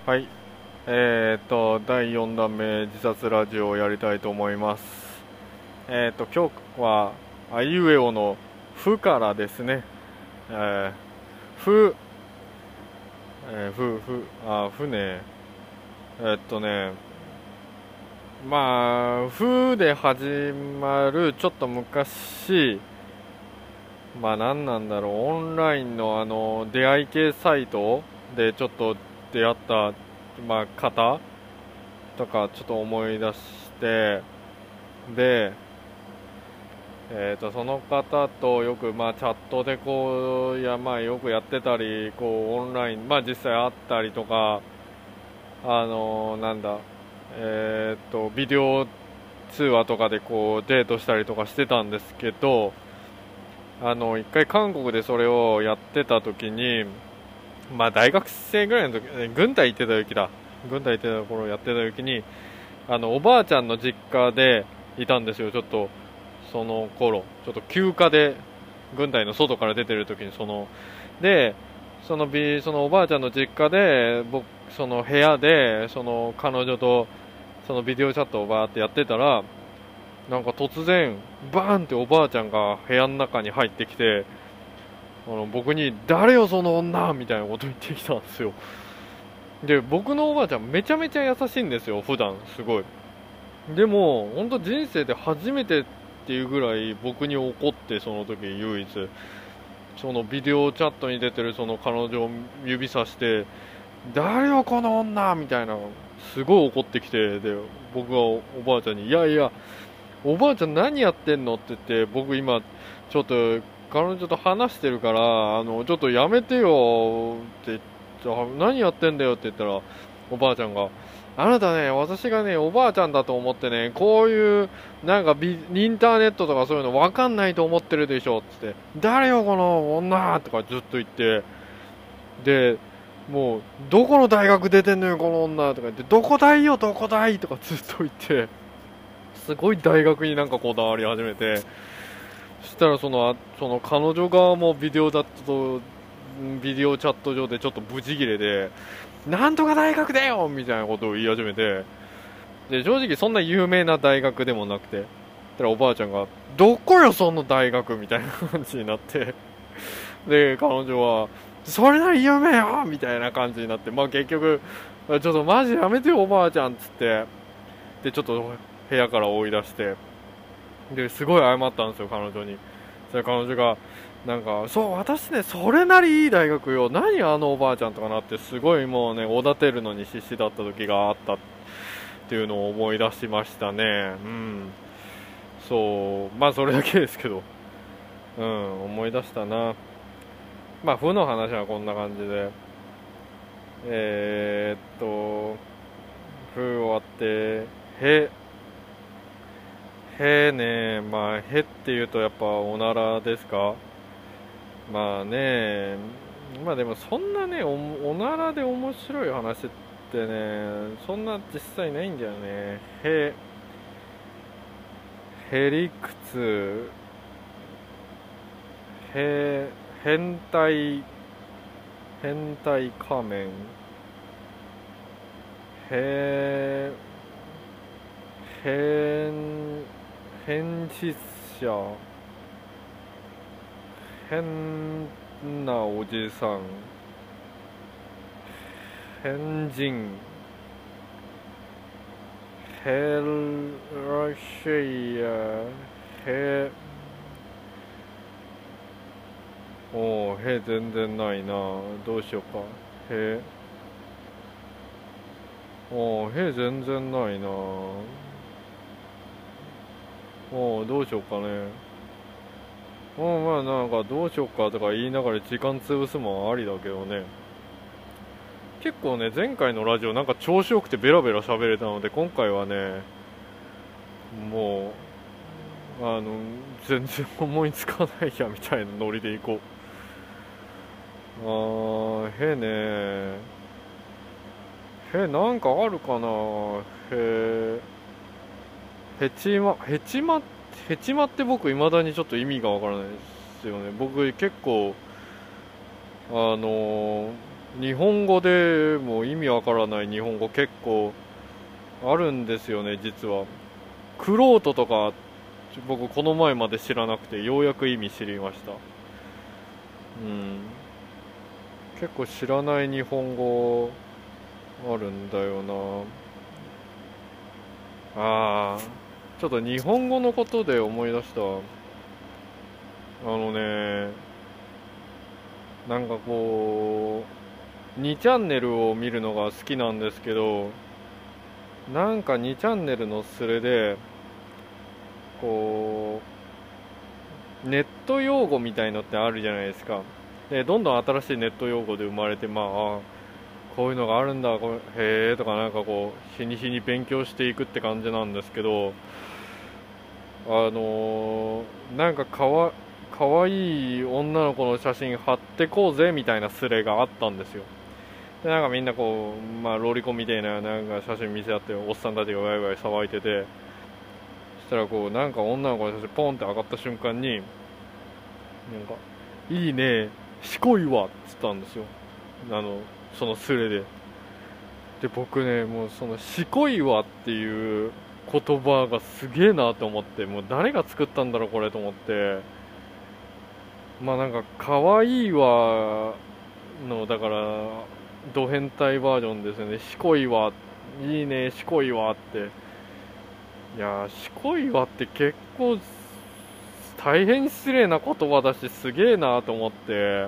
はい。第4弾目自殺ラジオをやりたいと思います。今日は、あいうえおのふからですね。ふ、ふね。えっとね、ふで始まる、ちょっと昔、何なんだろう、オンラインの出会い系サイトでちょっと出会った、方とかちょっと思い出して、で、その方とよく、チャットでよくやってたり、オンライン、実際会ったりとか、なんだ、ビデオ通話とかでデートしたりとかしてたんですけど、一回韓国でそれをやってた時に、大学生ぐらいの時、軍隊行ってた時だ。軍隊行ってた頃やってた時に、おばあちゃんの実家でいたんですよ。ちょっとその頃ちょっと休暇で軍隊の外から出てる時にでそのおばあちゃんの実家でその部屋でその彼女とそのビデオチャットをバーってやってたら、なんか突然バーンっておばあちゃんが部屋の中に入ってきて、僕に「誰よその女」みたいなこと言ってきたんですよ。で、僕のおばあちゃんめちゃめちゃ優しいんですよ、普段すごい。でも本当人生で初めてっていうぐらい僕に怒って、その時唯一そのビデオチャットに出てるその彼女を指さして「誰よこの女」みたいな、すごい怒ってきて、で僕がおばあちゃんに「いやいやおばあちゃん何やってんの」って言って、僕今ちょっと彼女と話してるからちょっとやめてよって言って、何やってんだよって言ったら、おばあちゃんが「あなたね、私がねおばあちゃんだと思ってね、こういうなんかインターネットとかそういうの分かんないと思ってるでしょ」っつって「誰よこの女」とかずっと言って、でもう「どこの大学出てんのよこの女」とか言って「どこ大よどこ大」とかずっと言って、すごい大学になんかこだわり始めて、そしたらその彼女側もビデオチャット上でちょっとブチギレで「なんとか大学だよ」みたいなことを言い始めて、で正直そんな有名な大学でもなくて、たらおばあちゃんが「どこよその大学」みたいな感じになって、で彼女は「それなり有名よ」みたいな感じになって、結局「ちょっとマジやめてよおばあちゃん」っつって、でちょっと部屋から追い出して、ですごい謝ったんですよ彼女に。それ彼女がなんか「そう私ねそれなりいい大学よ、何あのおばあちゃん」とかなって、すごいもうねおだてるのに必死だった時があったっていうのを思い出しましたね。うん、そうそれだけですけど、思い出したな。負の話はこんな感じで、負終わって、へへね、へっていうとやっぱおならですか。ね、でもそんなねおならで面白い話ってね、そんな実際ないんだよね。へりくつ、へ変態仮面、へ変変質者、変なおじさん、変人、ヘラシェイヤ、へ全然ないな。どうしようか。へ全然ないな。どうしようかね。なんかどうしようかとか言いながら時間潰すもんありだけどね。結構ね、前回のラジオなんか調子よくてベラベラ喋れたので、今回はねもう全然思いつかないやみたいなノリでいこう。なんかあるかな。ヘチマって僕未だにちょっと意味がわからないですよね。僕結構あの日本語でも意味わからない日本語結構あるんですよね、実は。クロートとか僕この前まで知らなくてようやく意味知りました。うん、結構知らない日本語あるんだよな。ちょっと日本語のことで思い出した。なんかこう2チャンネルを見るのが好きなんですけど、なんか2チャンネルのスレでこうネット用語みたいのってあるじゃないですか。でどんどん新しいネット用語で生まれて、こういうのがあるんだ、へえとか、なんかこう日に日に勉強していくって感じなんですけど、なんかかわいい女の子の写真貼ってこうぜみたいなスレがあったんですよ。でなんかみんなこう、ロリコンみたいななんか写真見せ合って、おっさんたちがワイワイ騒いでて、そしたらこうなんか女の子の写真ポンって上がった瞬間に、なんかいいねしこいわっつったんですよ、そのスレで。で僕ね、もうそのしこいわっていう言葉がすげえなと思って、もう誰が作ったんだろうこれと思って、なんか可愛いわの、だからド変態バージョンですよね。しこいわ、いいねしこいわって。いやー、しこいわって結構大変失礼な言葉だし、すげえなと思って、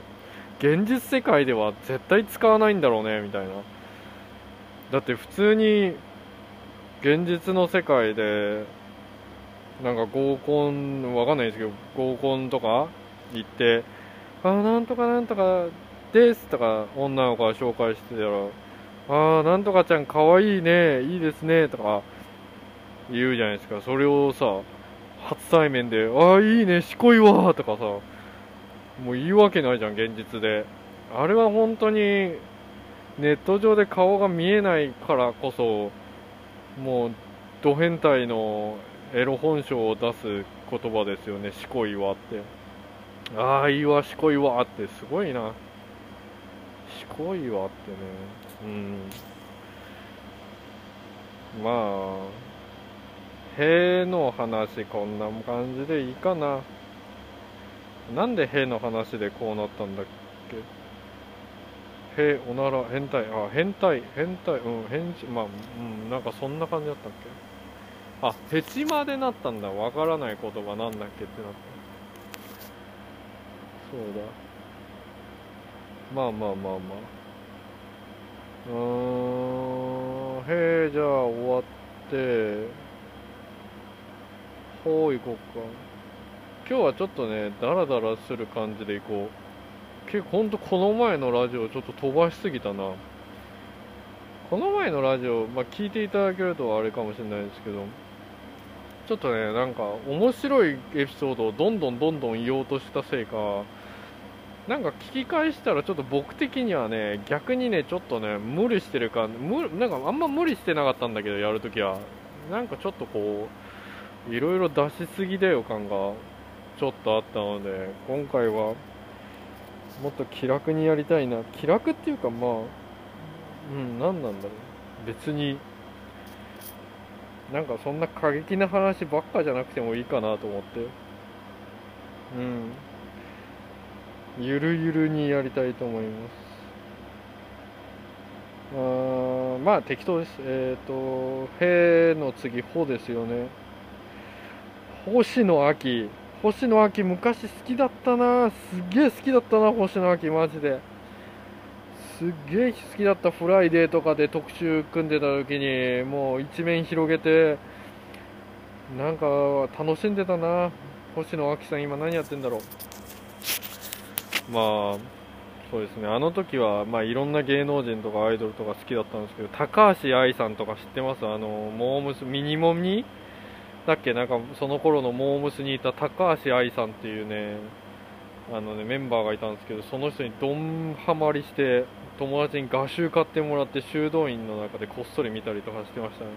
現実世界では絶対使わないんだろうねみたいな。だって普通に現実の世界でなんか合コンわかんないですけど、合コンとか行って、なんとかなんとかですとか女の子が紹介してたら、なんとかちゃんかわいいね、いいですねとか言うじゃないですか。それをさ、初対面でいいねしこいわとかさ、もう言うわけないじゃん現実で。あれは本当にネット上で顔が見えないからこそ、もうド変態のエロ本性を出す言葉ですよね、しこいわって。いいわしこいわってすごいな。しこいわってね。への話こんな感じでいいかな。なんでへの話でこうなったんだっけ。へ、おなら、変態、変態、なんかそんな感じだったっけ。ヘチマでなったんだ。わからない言葉なんだっけってなった。そうだ。まあまあまあまあ。じゃあ終わって、行こうか。今日はちょっとね、ダラダラする感じで行こう。ほんとこの前のラジオちょっと飛ばしすぎたな。この前のラジオ、聞いていただけるとあれかもしれないですけど、ちょっとね、なんか面白いエピソードをどんどんどんどん言おうとしたせいか、なんか聞き返したらちょっと僕的にはね、逆にね、ちょっとね、無理してるか、なんかあんま無理してなかったんだけど、やるときは。なんかちょっとこう、いろいろ出しすぎだよ感がちょっとあったので、今回はもっと気楽にやりたいな。気楽っていうか何なんだろう。別に、なんかそんな過激な話ばっかじゃなくてもいいかなと思って。うん。ゆるゆるにやりたいと思います。適当です。への次、ほですよね。星野秋。星野秋昔好きだったな。すっげえ好きだったな、星野秋マジで。すっげえ好きだった。フライデーとかで特集組んでた時に、もう一面広げて、なんか楽しんでたな。星野秋さん今何やってんだろう。そうですね、あの時は、いろんな芸能人とかアイドルとか好きだったんですけど、高橋愛さんとか知ってます？モームス、ミニモニだっけ、なんかその頃のモームスにいた高橋愛さんっていうね、メンバーがいたんですけど、その人にドンハマりして、友達に画集買ってもらって修道院の中でこっそり見たりとかしてましたね。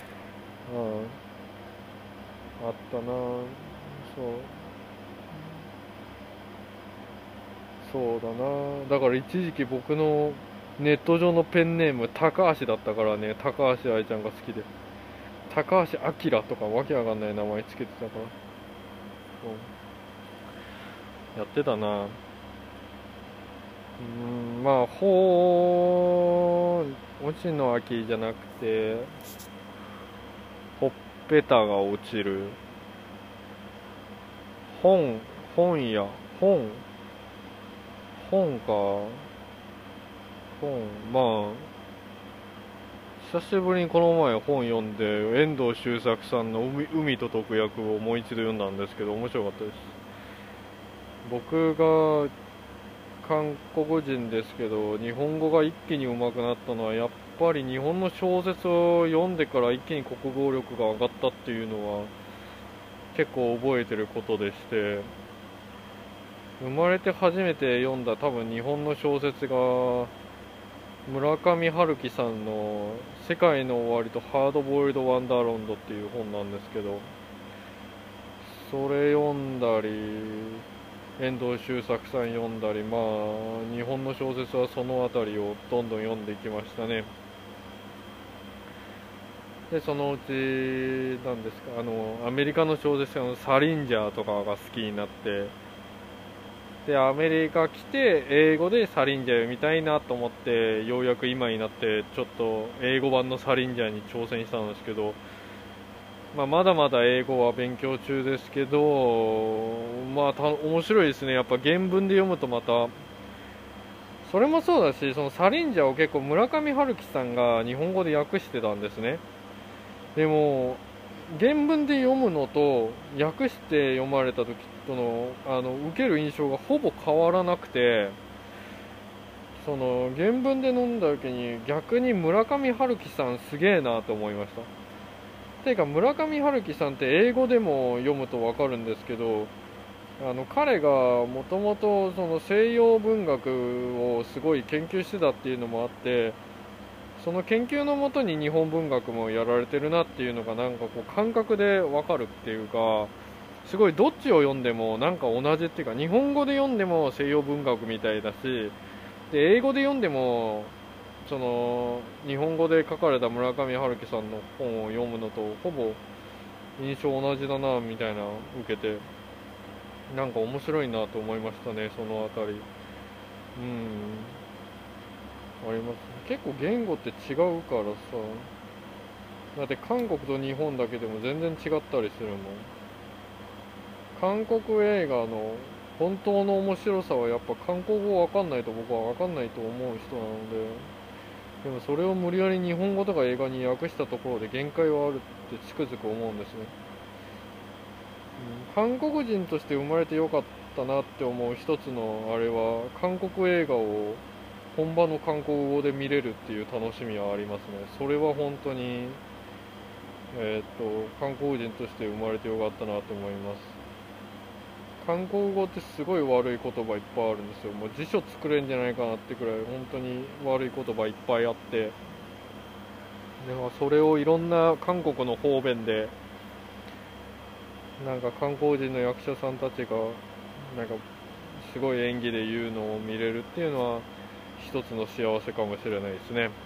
あったな。そうだな。だから一時期僕のネット上のペンネーム高橋だったからね、高橋愛ちゃんが好きで、高橋明とかわけわかんない名前つけてたから、やってたな。まあ落ちの秋じゃなくて、ほっぺたが落ちる本。本本か。まあ久しぶりにこの前本読んで、遠藤周作さんの海と解く役をもう一度読んだんですけど、面白かったです。僕が韓国人ですけど、日本語が一気に上手くなったのはやっぱり日本の小説を読んでから一気に国語力が上がったっていうのは結構覚えてることでして、生まれて初めて読んだ多分日本の小説が村上春樹さんの「世界の終わりとハードボイルド・ワンダーランド」っていう本なんですけど、それ読んだり、遠藤周作さん読んだり、まあ日本の小説はその辺りをどんどん読んでいきましたね。でそのうちなんですか、アメリカの小説家のサリンジャーとかが好きになって、でアメリカ来て英語でサリンジャー読みたいなと思って、ようやく今になってちょっと英語版のサリンジャーに挑戦したんですけど、まだまだ英語は勉強中ですけど、面白いですね。やっぱ原文で読むとまたそれもそうだし、そのサリンジャーを結構村上春樹さんが日本語で訳してたんですね。でも原文で読むのと訳して読まれた時との受ける印象がほぼ変わらなくて、その原文で読んだ時に逆に村上春樹さんすげえなと思いました。ていうか村上春樹さんって英語でも読むと分かるんですけど、彼がもともとその西洋文学をすごい研究してたっていうのもあって、その研究のもとに日本文学もやられてるなっていうのがなんかこう感覚で分かるっていうか、すごいどっちを読んでもなんか同じっていうか、日本語で読んでも西洋文学みたいだし、で英語で読んでもその日本語で書かれた村上春樹さんの本を読むのとほぼ印象同じだなみたいな受けて、なんか面白いなと思いましたね、そのあたり。あります。結構言語って違うからさ、だって韓国と日本だけでも全然違ったりするもん。韓国映画の本当の面白さはやっぱ韓国語わかんないと僕はわかんないと思う人なので、でもそれを無理やり日本語とか映画に訳したところで限界はあるってつくづく思うんですね。韓国人として生まれてよかったなって思う一つのあれは、韓国映画を本場の韓国語で見れるっていう楽しみはありますね。それは本当に韓国人として生まれてよかったなと思います。韓国語ってすごい悪い言葉いっぱいあるんですよ。もう辞書作れんじゃないかなってくらい本当に悪い言葉いっぱいあって、でもそれをいろんな韓国の方便でなんか韓国人の役者さんたちがなんかすごい演技で言うのを見れるっていうのは一つの幸せかもしれないですね。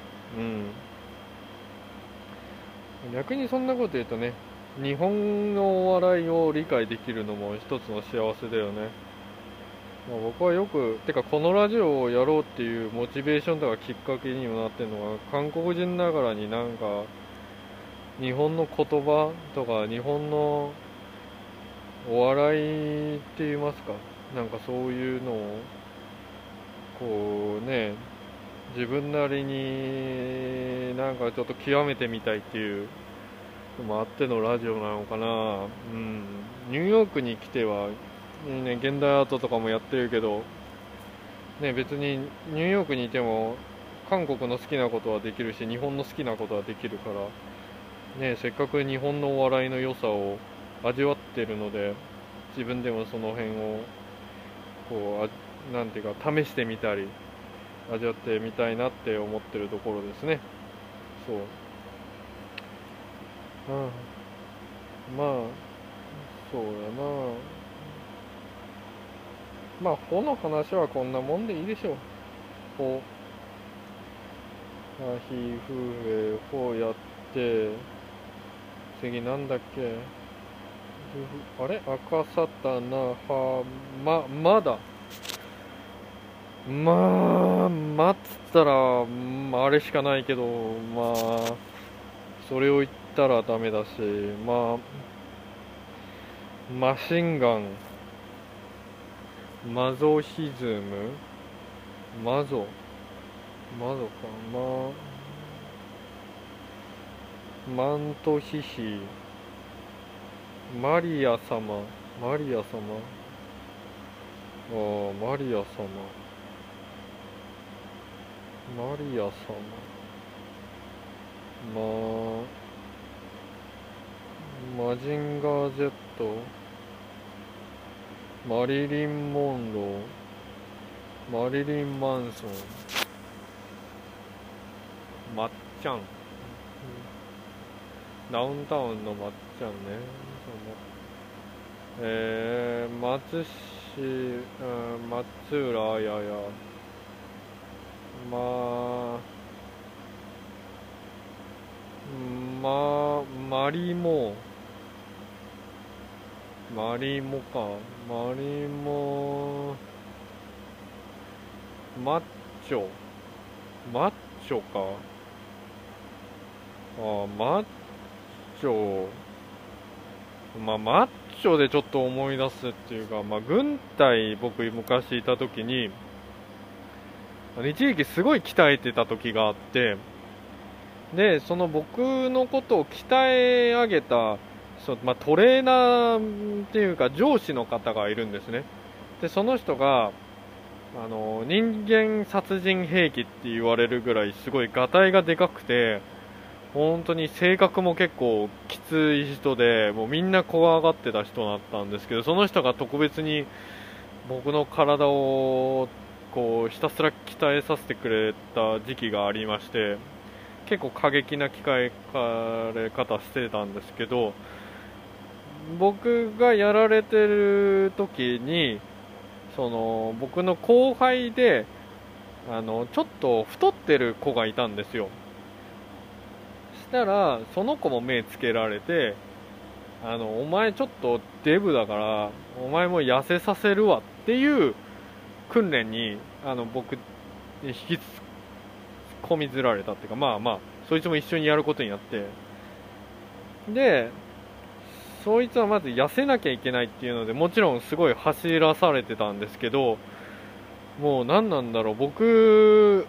逆にそんなこと言うとね、日本のお笑いを理解できるのも一つの幸せだよね。僕はよくこのラジオをやろうっていうモチベーションとかきっかけにもなってるのが、韓国人ながらになんか日本の言葉とか日本のお笑いって言いますか、なんかそういうのをこうね、自分なりになんかちょっと極めてみたいっていうのもあってのラジオなのかな。ニューヨークに来ては、ね、現代アートとかもやってるけど、ね、別にニューヨークにいても韓国の好きなことはできるし、日本の好きなことはできるから、ね、せっかく日本のお笑いの良さを味わってるので、自分でもその辺をこうなんていうか試してみたり味わってみたいなって思ってるところですね。そう、まあそうやな。まあ、ほの話はこんなもんでいいでしょう。ほヒフエフォやって、次なんだっけ、あれ赤サタナハまだっつったら、あれしかないけど、それを言ったらダメだし、マシンガン、マゾヒズム、マゾか、マントヒヒ、マリア様、マリア様、マリア様、マジンガー Z、 マリリン・モンロー、マリリン・マンソン、まっちゃん、ダウンタウンのまっちゃんね、松浦綾や、マリモか、マッチョか、マッチョ、マッチョでちょっと思い出すっていうか、軍隊僕昔いた時に一時期すごい鍛えてた時があって、でその僕のことを鍛え上げたトレーナーっていうか上司の方がいるんですね。でその人が人間殺人兵器って言われるぐらいすごいガタイがでかくて、本当に性格も結構きつい人で、もうみんな怖がってた人だったんですけど、その人が特別に僕の体をこうひたすら鍛えさせてくれた時期がありまして、結構過激な鍛え方してたんですけど、僕がやられてる時に僕の後輩でちょっと太ってる子がいたんですよ。したらその子も目つけられて、お前ちょっとデブだからお前も痩せさせるわっていう訓練に僕引き込みずられたっていうか、そいつも一緒にやることになって、でそいつはまず痩せなきゃいけないっていうので、もちろんすごい走らされてたんですけど、もう何なんだろう、僕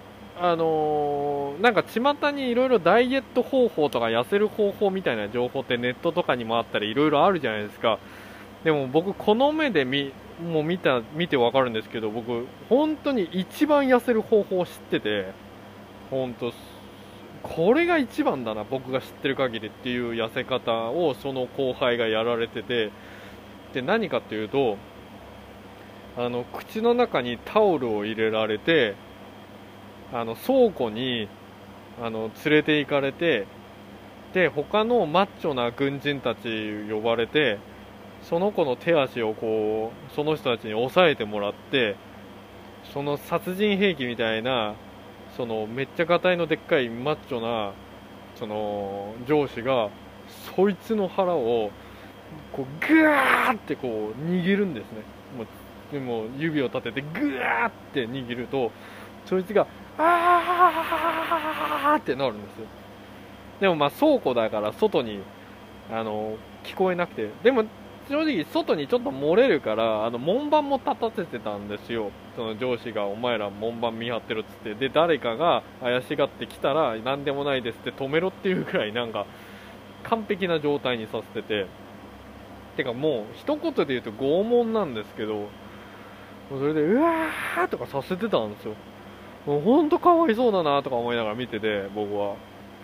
なんか巷にいろいろダイエット方法とか痩せる方法みたいな情報ってネットとかにもあったりいろいろあるじゃないですか。でも僕この目でもう見てわかるんですけど、僕本当に一番痩せる方法を知ってて、本当これが一番だな僕が知ってる限りっていう痩せ方をその後輩がやられてて、で何かっていうと口の中にタオルを入れられて倉庫に連れて行かれて、で他のマッチョな軍人たち呼ばれて、その子の手足をその人たちに押さえてもらって、その殺人兵器みたいなめっちゃガタイのでっかいマッチョな上司がそいつの腹をグワーって握るんですね。でも指を立ててグワーって握ると、そいつがあーってなるんですよ。でも倉庫だから外に聞こえなくて、でも正直外にちょっと漏れるから門番も立たせてたんですよ。その上司がお前ら門番見張ってるっつって、で誰かが怪しがってきたら何でもないですって止めろっていうくらいなんか完璧な状態にさせてて、てかもう一言で言うと拷問なんですけど、それでうわーとかさせてたんですよ。もうほんとかわいそうだなとか思いながら見てて、僕は。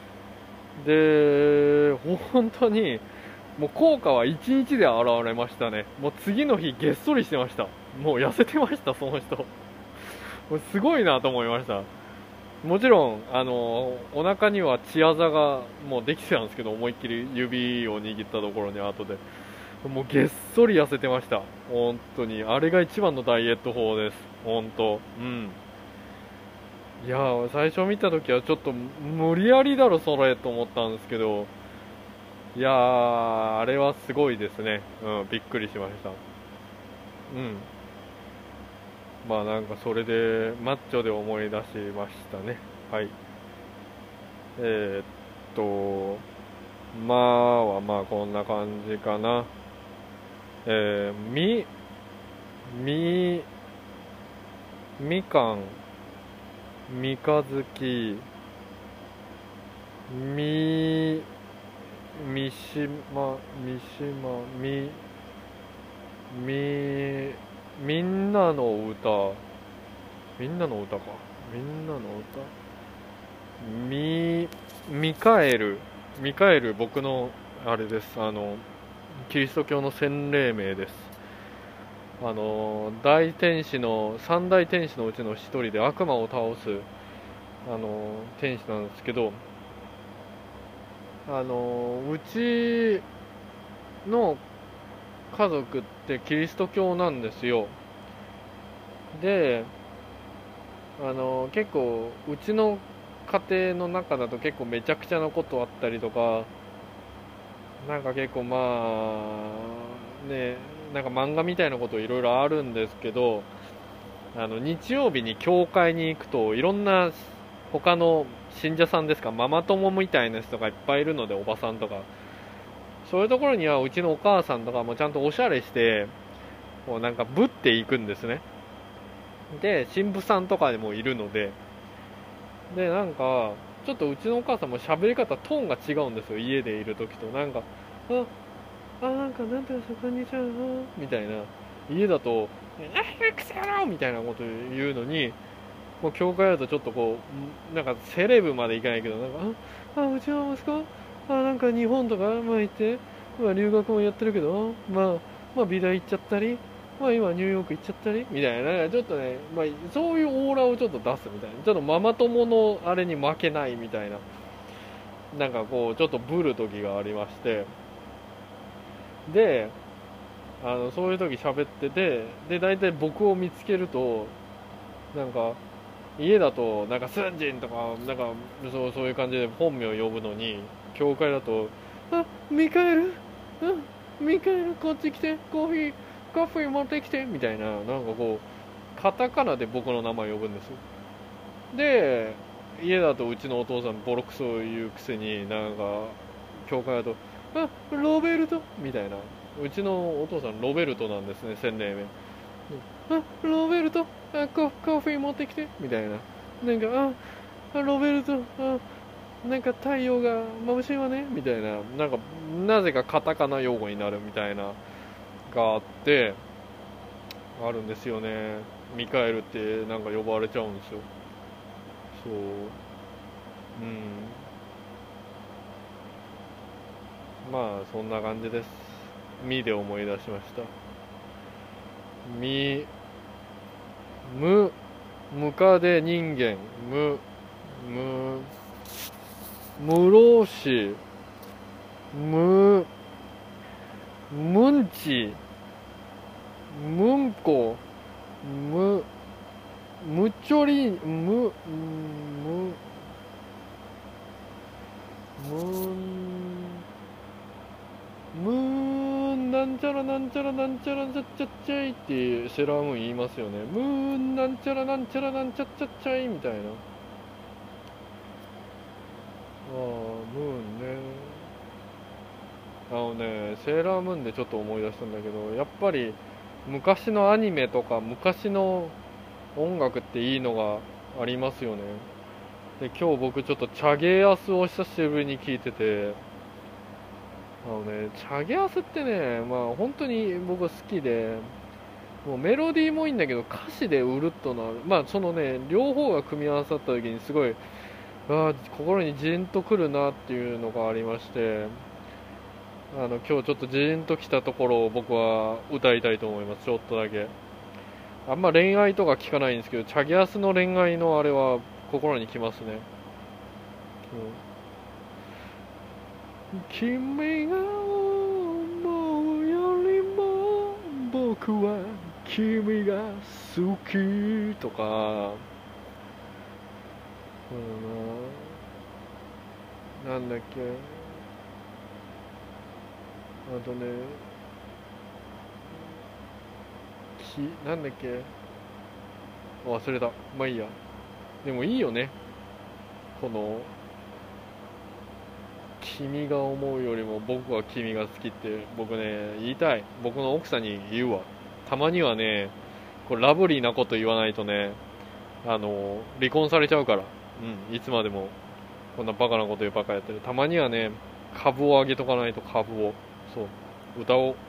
で本当にもう効果は1日で現れましたね。もう次の日げっそりしてました。もう痩せてました、その人。もうすごいなと思いました。もちろんお腹には血あざがもうできてたんですけど、思いっきり指を握ったところに後でもうげっそり痩せてました。本当にあれが一番のダイエット法です。本当。うん。 いやー、最初見た時はちょっと無理やりだろそれと思ったんですけど、いやー、あれはすごいですね。うん、びっくりしました。うん。まあなんかそれでマッチョで思い出しましたね。はい。えーっと、まあはまあこんな感じかな。えー、み、みかん、三日月、み、三島、三島、み、みんなの歌、みんなの歌か。みんなの歌。ミミカエル、ミカエル、僕のあれです。キリスト教の洗礼名です。大天使の三大天使のうちの一人で悪魔を倒す天使なんですけど、うちの家族ってキリスト教なんですよ。で、結構うちの家庭の中だと結構めちゃくちゃなことあったりとか、なんか結構まあね、なんか漫画みたいなこといろいろあるんですけど、日曜日に教会に行くといろんな他の信者さんですか、ママ友みたいな人がいっぱいいるので、おばさんとか、そういうところにはうちのお母さんとかもちゃんとおしゃれしてこうなんかぶっていくんですね。で神父さんとかでもいるので、なんかちょっとうちのお母さんも喋り方トーンが違うんですよ、家でいる時と。なんかなんかなんていうかこんにちはみたいな。家だとクソ野郎みたいなこと言うのに、もう教会だとちょっとこうなんかセレブまでいかないけど、なんかうちの息子なんか日本とか行って、留学もやってるけど、美大行っちゃったり、今ニューヨーク行っちゃったりみたいな、なんかちょっとね、そういうオーラをちょっと出すみたいな、ちょっとママ友のあれに負けないみたいな、なんかこうちょっとブる時がありまして、でそういう時喋ってて、大体僕を見つけると、なんか家だとなんかスンジンとかなんかそういう感じで本名を呼ぶのに、教会だとミカエル、ミカエルこっち来て、コーヒー持ってきてみたいな、なんかこうカタカナで僕の名前呼ぶんですよ。で家だとうちのお父さんボロクソ言うくせに、なんか教会だとロベルトみたいな、うちのお父さんロベルトなんですね、洗礼名。ロベルトコーヒー持ってきてみたいな、なんかロベルトなんか太陽が眩しいわねみたいな、なんかなぜかカタカナ用語になるみたいながあって、あるんですよね。ミカエルってなんか呼ばれちゃうんですよ。そう。まあそんな感じです。ミで思い出しました。ミ、ムカデ人間、ム、ムロシ、ム、ムンチ、ムンコ、ム、ムチョリ、ムムーンなんちゃらなんちゃらなんちゃらちゃっちゃっちゃいってセーラームーン言いますよね。ムーンなんちゃらなんちゃらなんちゃっちゃっちゃいみたいな。ムーンね。セーラームーンでちょっと思い出したんだけど、やっぱり昔のアニメとか昔の音楽っていいのがありますよね。で、今日僕ちょっとチャゲアスを久しぶりに聞いてて、チャゲアスってね、本当に僕は好きで、もうメロディーもいいんだけど歌詞でうるっとなる。そのね、両方が組み合わさった時にすごい、心にジーンとくるなっていうのがありまして、今日ちょっとジーンときたところを僕は歌いたいと思います。ちょっとだけ。あんま恋愛とか聞かないんですけど、チャゲアスの恋愛のあれは心にきますね。君が思うよりも僕は君が好きとか、 だな、なんだっけ、あとね、なんだっけ、忘れた。まあいいや。でもいいよね、この君が思うよりも僕は君が好きって。僕ね、言いたい。僕の奥さんに言うわ。たまにはね、これラブリーなこと言わないとね、離婚されちゃうから。うん、いつまでもこんなバカなこと言うバカやってる。たまにはね、株を上げとかないと。株を、そう、歌おう。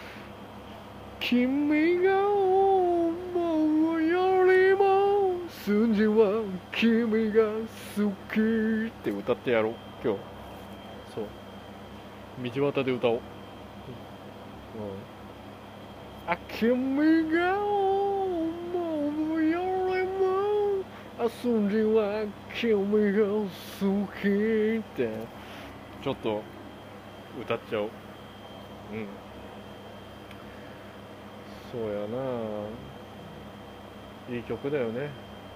君が思うよりも筋は君が好きって歌ってやろう今日。そう、道端で歌おう。うん、あ、君が思うよりも筋は君が好きってちょっと歌っちゃおう。うん、そうやな、いい曲だよね。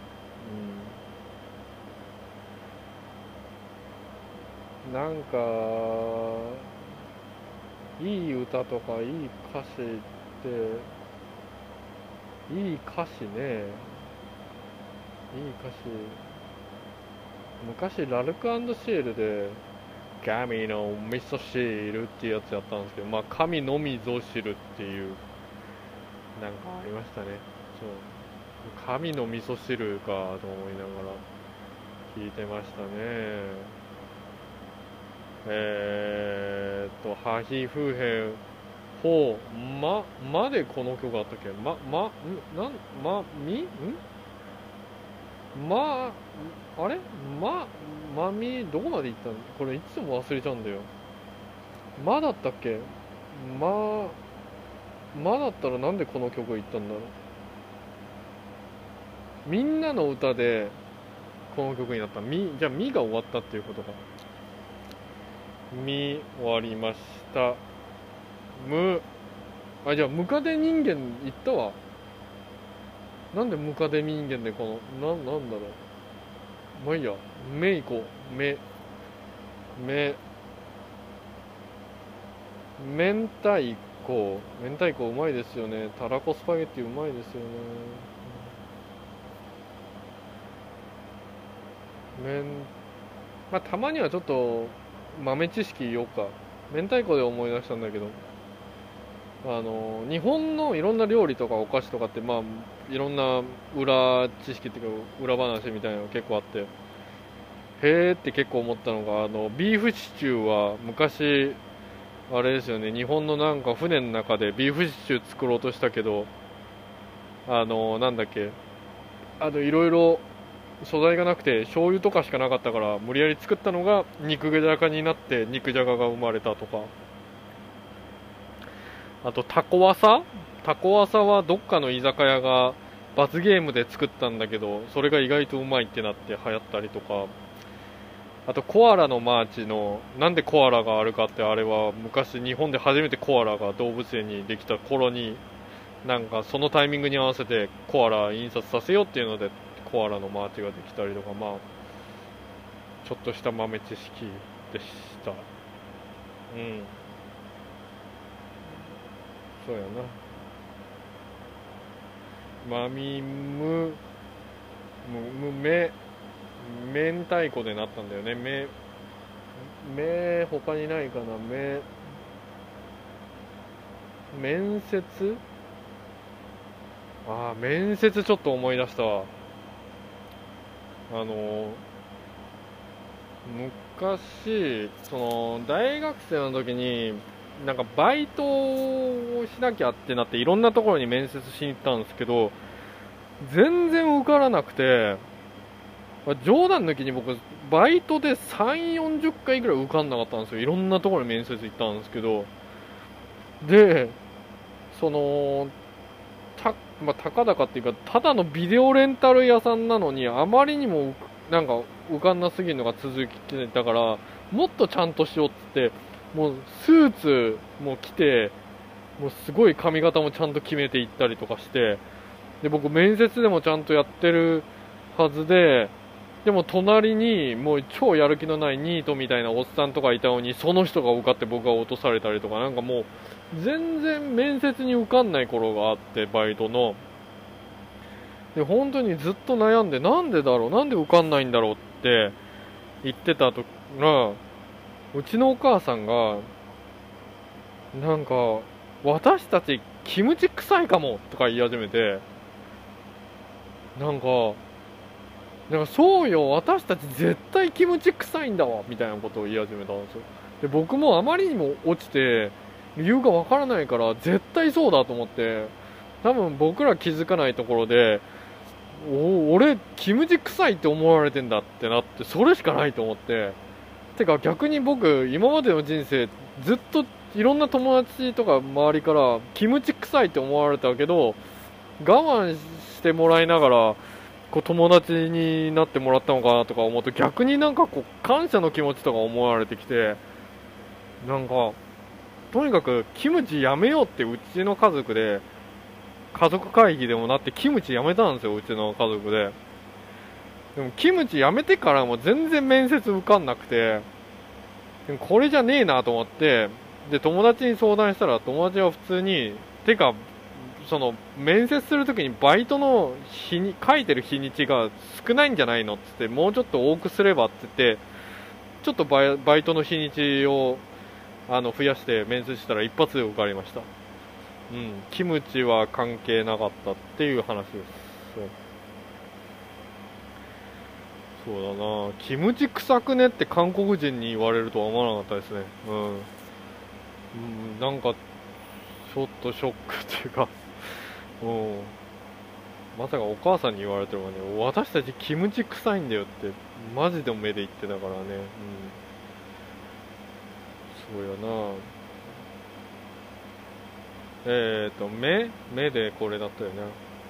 うん、なんかいい歌とかいい歌詞って、いい歌詞ね、いい歌詞、昔ラルクシエルで神の味噌汁っていうやつやったんですけど、まあ神のみぞ知るっていうなんかありましたね。そう、神の味噌汁かと思いながら聞いてましたね。ハヒフーヘンほうまでこの曲あったっけ。みまあれまみどこまで行ったのこれ。いつも忘れちゃうんだよ。だったっけ。まだったらなんでこの曲行ったんだろう。みんなの歌でこの曲になった。じゃあみが終わったっていうことか。終わりました。じゃあムカデ人間行ったわ。なんでムカデ人間でこのなんだろう。まあいいや。行こう。明太子うまいですよね。たらこスパゲッティうまいですよね。まあたまにはちょっと豆知識言おうか。明太子で思い出したんだけど、日本のいろんな料理とかお菓子とかって、まあいろんな裏知識っていうか裏話みたいなの結構あって、へーって結構思ったのが、ビーフシチューは昔あれですよね、日本のなんか船の中でビーフシチュー作ろうとしたけど、なんだっけ、いろいろ素材がなくて醤油とかしかなかったから無理やり作ったのが肉じゃがになって肉じゃがが生まれたとか。あとタコワサはどっかの居酒屋が罰ゲームで作ったんだけど、それが意外とうまいってなって流行ったりとか。あとコアラのマーチの、なんでコアラがあるかって、あれは昔日本で初めてコアラが動物園にできた頃に、なんかそのタイミングに合わせてコアラ印刷させようっていうのでコアラのマーチができたりとか、まあちょっとした豆知識でした。うん、そうやな。明太子でなったんだよね。他にないかな。面接。面接ちょっと思い出したわ。昔大学生の時になんかバイトをしなきゃってなっていろんなところに面接しに行ったんですけど、全然受からなくて、冗談抜きに僕バイトで3、40回ぐらい受かんなかったんですよ。いろんなところに面接行ったんですけど、でたかだかっていうか、ただのビデオレンタル屋さんなのにあまりにもなんか受かんなすぎるのが続いてたから、もっとちゃんとしようっつって、もうスーツも着て、もうすごい髪型もちゃんと決めていったりとかして、で僕面接でもちゃんとやってるはずで、 でも隣にもう超やる気のないニートみたいなおっさんとかいたのに、その人が受かって僕が落とされたりとか、なんかもう全然面接に受かんない頃があって、バイトの。で本当にずっと悩んで、なんでだろう、なんで受かんないんだろうって言ってたとら、うちのお母さんがなんか、私たちキムチ臭いかもとか言い始めて、なんかそうよ、私たち絶対キムチ臭いんだわみたいなことを言い始めたんですよ。で僕もあまりにも落ちて理由がわからないから、絶対そうだと思って、多分僕ら気づかないところで、俺キムチ臭いって思われてんだってなって、それしかないと思って。てか逆に僕今までの人生ずっといろんな友達とか周りからキムチ臭いって思われたけど、我慢してもらいながらこう友達になってもらったのかなとか思うと、逆になんかこう感謝の気持ちとか思われてきて、なんかとにかくキムチやめようってうちの家族で、家族会議でもなってキムチやめたんですよ、うちの家族で。でもキムチやめてからも全然面接受かんなくて、でもこれじゃねえなと思って、で友達に相談したら、友達は普通に、てかその面接するときにバイトの日に書いてる日にちが少ないんじゃないのって言って、もうちょっと多くすればって言って、ちょっとバイトの日にちを増やして面接したら一発で受かりました。キムチは関係なかったっていう話です。そうだな、キムチ臭くねって韓国人に言われるとは思わなかったですね。なんかちょっとショックっていうか、まさかお母さんに言われてるわね、私たちキムチ臭いんだよってマジで目で言ってたからね。そうやな。目でこれだったよね。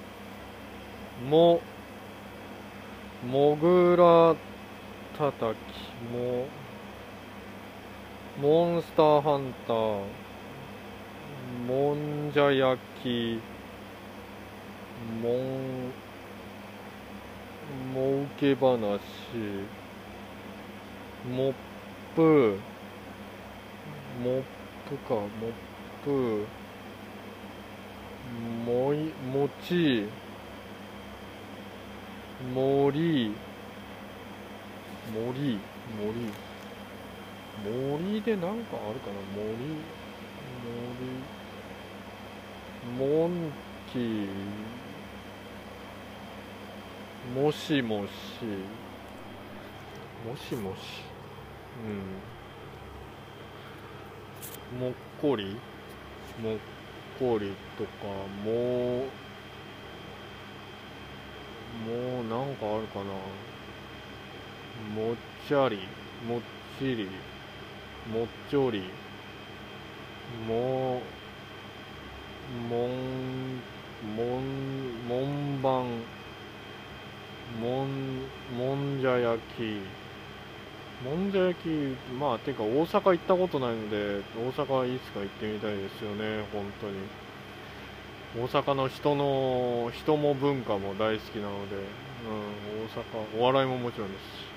もぐらたたき、モンスターハンター、もんじゃ焼き、もうけ話、モップ、モップ、もち、森でなんかあるかな。モンキー、もしもし、もっこりとか、もうなんかあるかな。もっちゃり、もっちり、もっちょり、もんばん、もんじゃ焼き、まあてか大阪行ったことないので、大阪いつか行ってみたいですよね、本当に。大阪の人も文化も大好きなので、大阪、お笑いももちろんですし、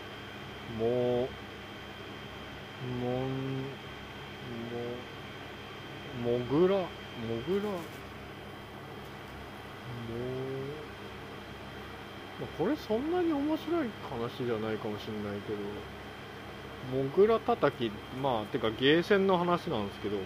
もぐら、これそんなに面白い話じゃないかもしれないけど、もぐらたたき、まあてかゲーセンの話なんですけど、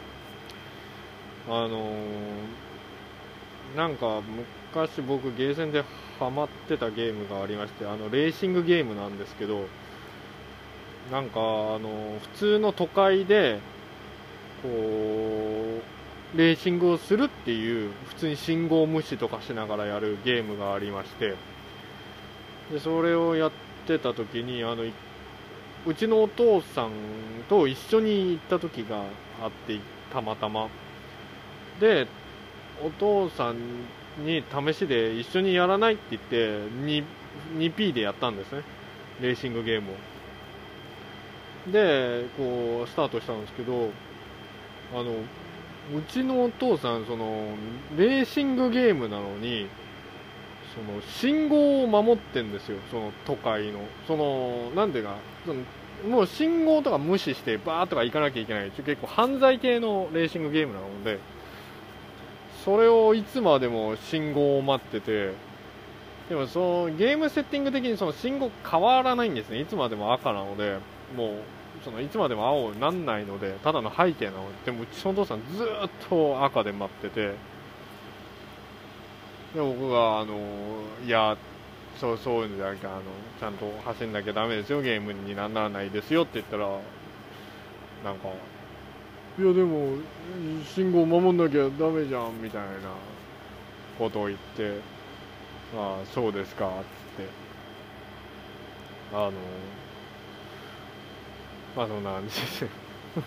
なんか昔僕ゲーセンでハマってたゲームがありまして、レーシングゲームなんですけど、なんか普通の都会でこうレーシングをするっていう、普通に信号無視とかしながらやるゲームがありまして、でそれをやってた時にうちのお父さんと一緒に行った時があって、たまたまで、お父さんに試しで一緒にやらないって言って 2P でやったんですね、レーシングゲームを。でこうスタートしたんですけど、うちのお父さん、レーシングゲームなのにその信号を守ってんですよ、その都会の、そのなんていうか、そのもう信号とか無視してバーとか行かなきゃいけない、結構犯罪系のレーシングゲームなので、それをいつまでも信号を待ってて、でもそのゲームセッティング的にその信号変わらないんですね。いつまでも赤なので、もうそのいつまでも青になんないので、ただの背景なので、でもうちのお父さんずーっと赤で待ってて、で僕がいやそういうんじゃなくて、ちゃんと走んなきゃダメですよ、ゲームにならないですよって言ったら、なんか、いやでも信号守んなきゃダメじゃんみたいなことを言って、ああそうですかっつって、まあそんな感じです。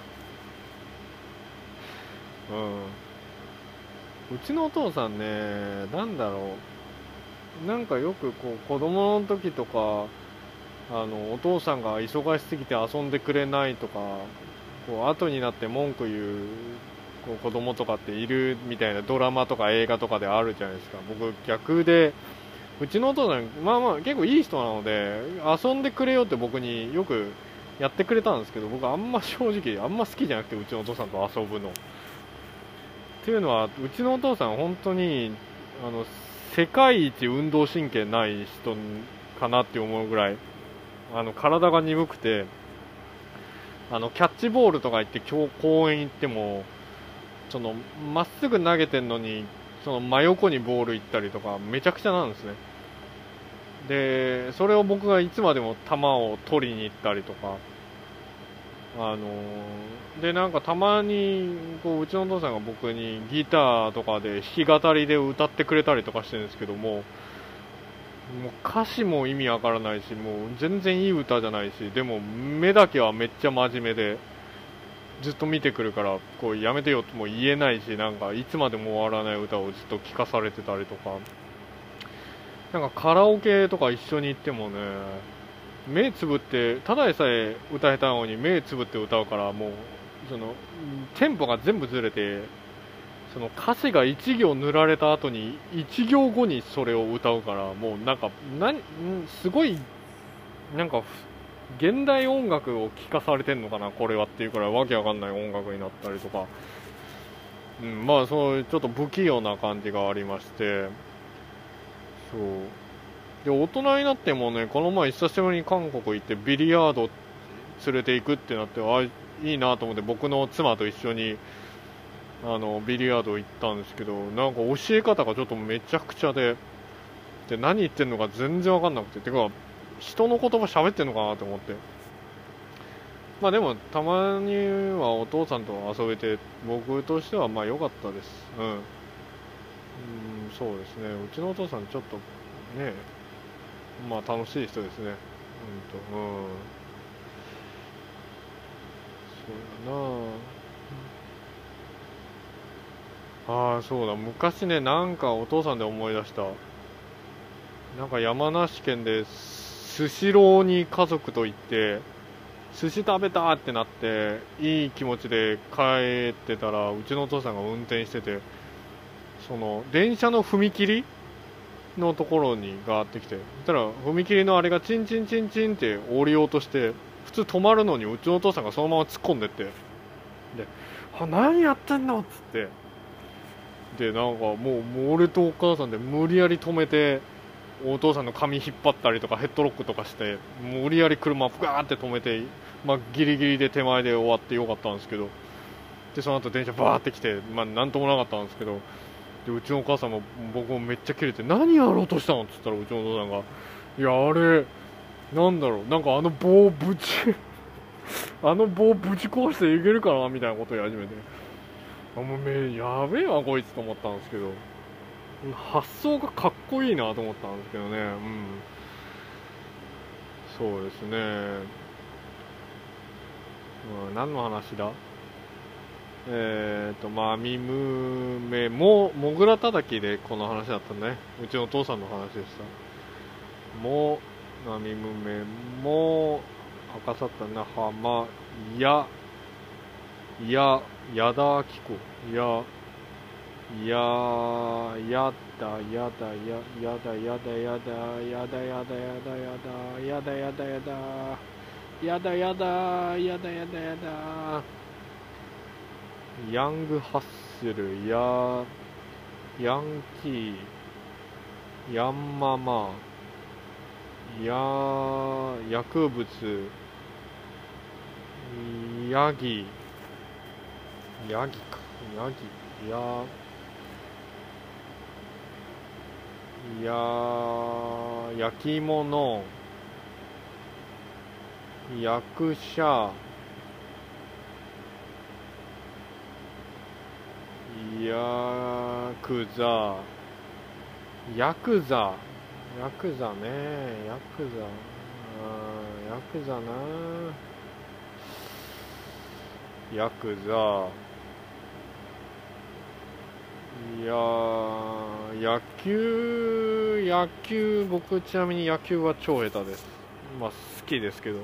うちのお父さんね、なんだろう、なんかよくこう子供の時とか、お父さんが忙しすぎて遊んでくれないとか、こう後になって文句言うこう子供とかっているみたいなドラマとか映画とかであるじゃないですか。僕逆で、うちのお父さんまあまあ結構いい人なので、遊んでくれよって僕によくやってくれたんですけど、僕あんま正直あんま好きじゃなくて、うちのお父さんと遊ぶのっていうのは、うちのお父さん本当にあの世界一運動神経ない人かなって思うぐらい、体が鈍くて、キャッチボールとか行って公園行っても、そのまっすぐ投げてんのにその真横にボール行ったりとかめちゃくちゃなんですね。でそれを僕がいつまでも球を取りに行ったりとか、でなんかたまにこううちのお父さんが僕にギターとかで弾き語りで歌ってくれたりとかしてるんですけども、歌詞も意味わからないし、もう全然いい歌じゃないし、でも目だけはめっちゃ真面目でずっと見てくるから、こうやめてよとも言えないし、なんかいつまでも終わらない歌をずっと聴かされてたりとか、なんかカラオケとか一緒に行ってもね、目つぶってただでさえ歌下手なのに目つぶって歌うから、もうそのテンポが全部ずれて、その歌詞が1行塗られた後に1行後にそれを歌うから、もうなんかすごいなんか現代音楽を聴かされてんのかなこれはっていうくらいわけわかんない音楽になったりとか、まあそういうちょっと不器用な感じがありまして、そうで大人になってもね、この前久しぶりに韓国行ってビリヤード連れて行くってなって、いいなと思って僕の妻と一緒にビリヤード行ったんですけど、なんか教え方がちょっとめちゃくちゃで、何言ってんのか全然わかんなくて、てか人の言葉喋ってんのかなと思って、まあでもたまにはお父さんと遊べて僕としてはまあ良かったです。そうですね、うちのお父さんちょっとね、まあ楽しい人ですね。そうだなあ。そうだ、昔ね、なんかお父さんで思い出した。なんか山梨県でスシローに家族と行って寿司食べたってなって、いい気持ちで帰ってたら、うちのお父さんが運転してて、その電車の踏切のところにガーってきて、そしたら踏切のあれがチンチンチンチンって降りようとして、普通止まるのにうちのお父さんがそのまま突っ込んでって、で何やってんのっつって、でなんかもう俺とお母さんで無理やり止めて、お父さんの髪引っ張ったりとかヘッドロックとかして、無理やり車をガーって止めて、まあ、ギリギリで手前で終わってよかったんですけど、でその後電車バーって来て、まあ、なんともなかったんですけど、でうちのお母さんも僕もめっちゃキレて、何やろうとしたのって言ったら、うちのお父さんが、いやあれなんだろう、なんかあの棒ぶちあの棒ぶち壊していけるかなみたいなことを言い始めて、もうやべえわこいつと思ったんですけど、発想がかっこいいなと思ったんですけどね。そうですね。何の話だ。まみむめももぐらたたきでこの話だったね。うちのお父さんの話でした。まみむめも赤さったな浜やだきこやいやー、やだやだややだやだやだやだやだやだやだやだやだやだやだやだやだやだやだ。ヤングハッスルやヤンキーヤンママ薬物ヤギヤギかヤギ焼き物役者ヤクザヤクザねヤクザなヤクザ野球僕ちなみに野球は超下手です。まあ好きですけど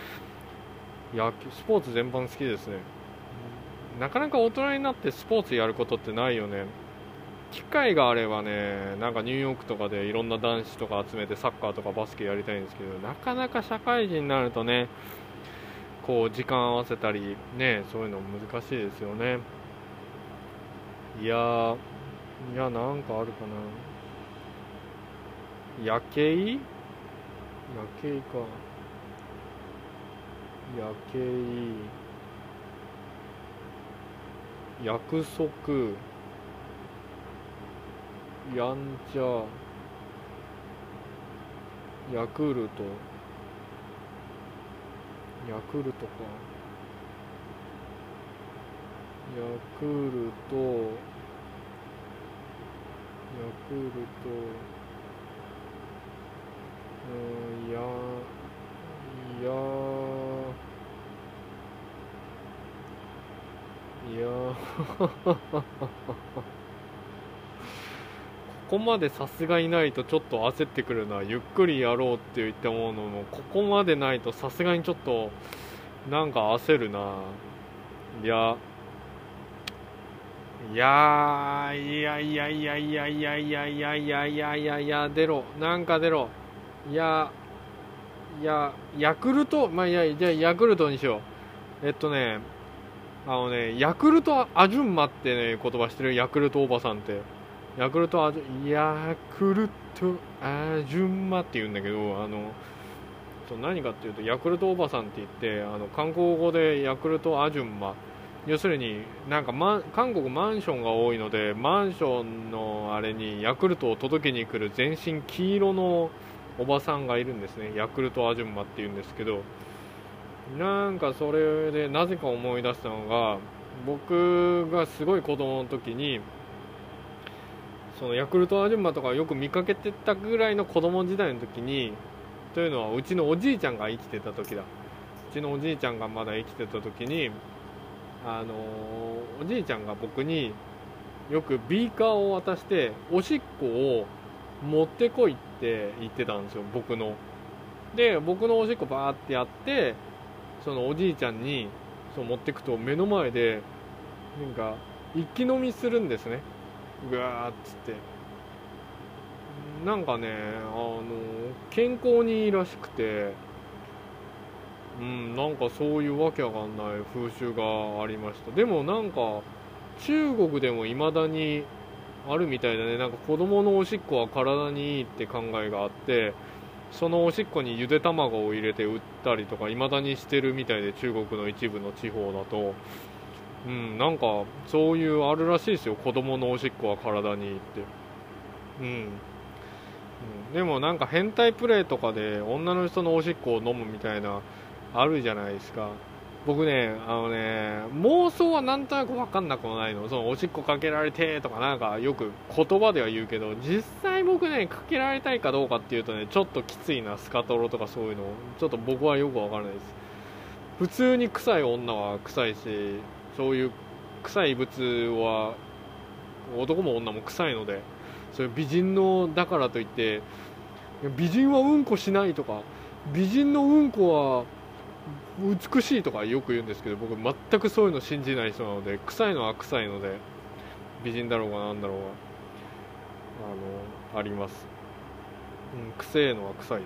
スポーツ全般好きですね。なかなか大人になってスポーツやることってないよね。機会があればね、なんかニューヨークとかでいろんな男子とか集めてサッカーとかバスケやりたいんですけど、なかなか社会人になるとね、こう時間合わせたりね、そういうの難しいですよね。いやなんかあるかな。夜景か。夜景約束やんちゃヤクルトかヤクルトここまでさすがにないとちょっと焦ってくるな。ゆっくりやろうって言ったものもここまでないとさすがにちょっとなんか焦るな。いや出ろなんか出ろ。ヤクルトじゃあヤクルトにしよう。ヤクルトアジュンマってね言葉してる。ヤクルトおばさんってヤクルトアジュンマって言うんだけど、何かっていうとヤクルトおばさんって言って韓国語でヤクルトアジュンマ、要するになんか、韓国マンションが多いのでマンションのあれにヤクルトを届けに来る全身黄色のおばさんがいるんですね。ヤクルトアジュンマって言うんですけど、なんかそれでなぜか思い出したのが、僕がすごい子供の時にそのヤクルトアジュンマとかよく見かけてたぐらいの子供時代の時に、というのはうちのおじいちゃんが生きてた時だ。うちのおじいちゃんがまだ生きてた時におじいちゃんが僕によくビーカーを渡しておしっこを持ってこいって言ってたんですよ、僕の。で僕のおしっこバーってやって、そのおじいちゃんにそう持ってくと目の前でなんか一気飲みするんですね、ぐわーっつって。なんかね健康にいいらしくて、なんかそういうわけわかんない風習がありました。でもなんか中国でも未だにあるみたいだね。なんか子供のおしっこは体にいいって考えがあって、そのおしっこにゆで卵を入れて売ったりとか未だにしてるみたいで、中国の一部の地方だとなんかそういうあるらしいですよ、子供のおしっこは体にいいって。でもなんか変態プレイとかで女の人のおしっこを飲むみたいなあるじゃないですか。僕ね妄想はなんとなく分かんなくもないの。そのおしっこかけられてとかなんかよく言葉では言うけど、実際僕ねかけられたいかどうかっていうとね、ちょっときついな。スカトロとかそういうのちょっと僕はよく分からないです。普通に臭い女は臭いし、そういう臭い物は男も女も臭いので、それ美人のだからといって美人はうんこしないとか、美人のうんこは美しいとかよく言うんですけど、僕全くそういうの信じない人なので、臭いのは臭いので、 美人だろうがなんだろうがあります。臭えのは臭いです。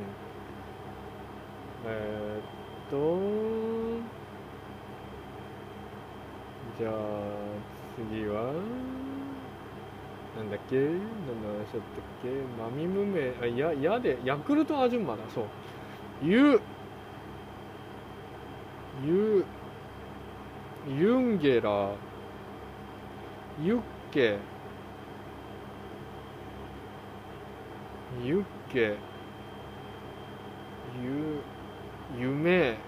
じゃあ次はなんだっけ、何の話だったっけ。マミムメ、やでヤクルトアジュンマだ。そう、ユンゲラユッケユッケ夢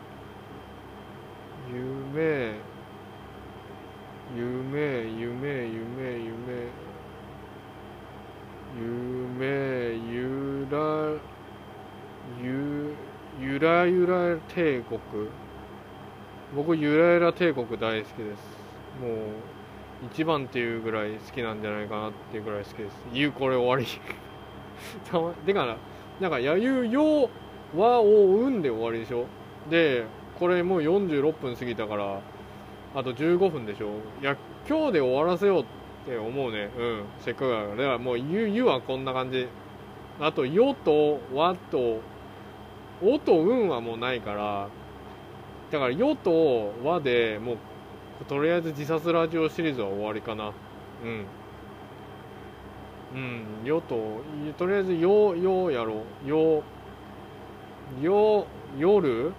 ゆらゆら帝国。僕ゆらゆら帝国大好きです。もう一番っていうぐらい好きなんじゃないかなっていうぐらい好きです。これ終わりでからなんかやゆよわをうんで終わりでしょ。でこれもう46分過ぎたからあと15分でしょ。いや今日で終わらせようって思うね。せっかくだから。だからもうゆはこんな感じ。あとよとわとおとうんはもうないから、だからよとわでもうとりあえず自殺ラジオシリーズは終わりかな。よととりあえずよやろう。夜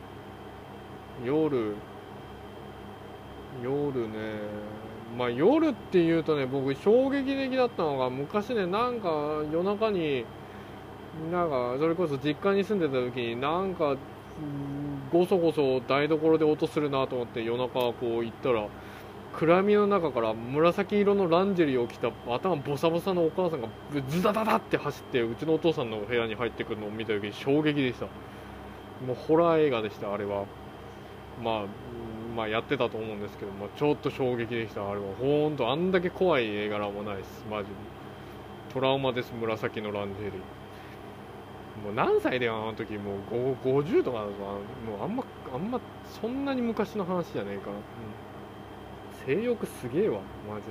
ね。まあ夜っていうとね、僕衝撃的だったのが昔ね、なんか夜中になんかそれこそ実家に住んでた時になんかごそごそ台所で音するなと思って夜中こう行ったら、暗闇の中から紫色のランジェリーを着た頭ボサボサのお母さんがズダダダって走ってうちのお父さんの部屋に入ってくるのを見た時に衝撃でした。もうホラー映画でした。あれはまあやってたと思うんですけど、ちょっと衝撃でした。あれはほんとあんだけ怖い映画らもないです。マジでトラウマです。紫のランジェリー。もう何歳であの時もう50とかだと、もうあんまそんなに昔の話じゃねえかな。性欲すげえわマジ